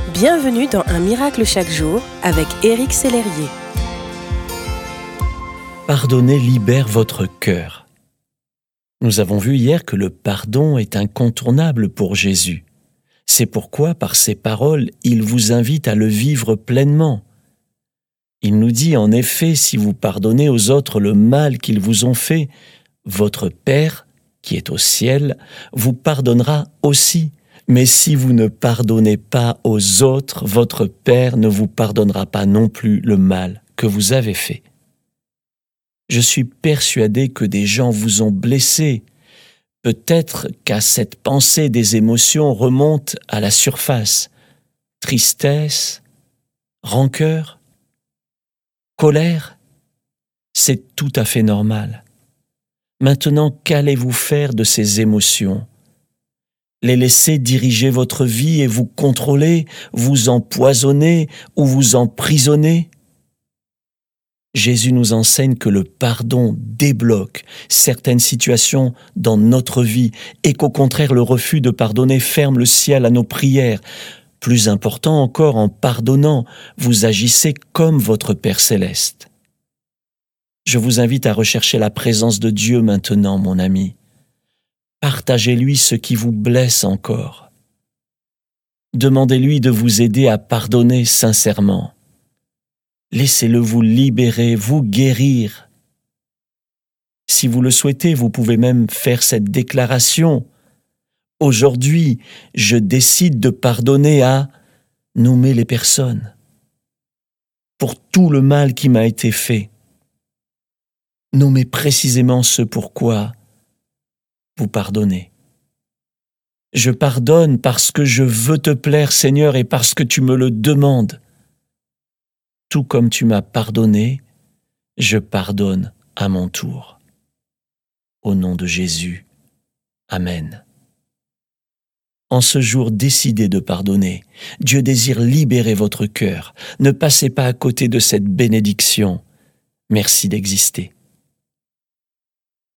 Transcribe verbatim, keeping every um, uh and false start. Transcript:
Bienvenue dans Un miracle chaque jour avec Éric Sellerier. Pardonner libère votre cœur. Nous avons vu hier que le pardon est incontournable pour Jésus. C'est pourquoi, par ses paroles, il vous invite à le vivre pleinement. Il nous dit en effet, si vous pardonnez aux autres le mal qu'ils vous ont fait, votre Père, qui est au ciel, vous pardonnera aussi. Mais si vous ne pardonnez pas aux autres, votre Père ne vous pardonnera pas non plus le mal que vous avez fait. Je suis persuadé que des gens vous ont blessé. Peut-être qu'à cette pensée des émotions remontent à la surface. Tristesse, rancœur, colère, c'est tout à fait normal. Maintenant, qu'allez-vous faire de ces émotions ? Les laisser diriger votre vie et vous contrôler, vous empoisonner ou vous emprisonner ? Jésus nous enseigne que le pardon débloque certaines situations dans notre vie et qu'au contraire le refus de pardonner ferme le ciel à nos prières. Plus important encore, en pardonnant, vous agissez comme votre Père céleste. Je vous invite à rechercher la présence de Dieu maintenant, mon ami. Partagez-lui ce qui vous blesse encore. Demandez-lui de vous aider à pardonner sincèrement. Laissez-le vous libérer, vous guérir. Si vous le souhaitez, vous pouvez même faire cette déclaration. Aujourd'hui, je décide de pardonner à nommer les personnes pour tout le mal qui m'a été fait. Nommez précisément ce pourquoi vous pardonnez. Je pardonne parce que je veux te plaire, Seigneur, et parce que tu me le demandes. Tout comme tu m'as pardonné, je pardonne à mon tour. Au nom de Jésus, Amen. En ce jour, décidez de pardonner. Dieu désire libérer votre cœur. Ne passez pas à côté de cette bénédiction. Merci d'exister.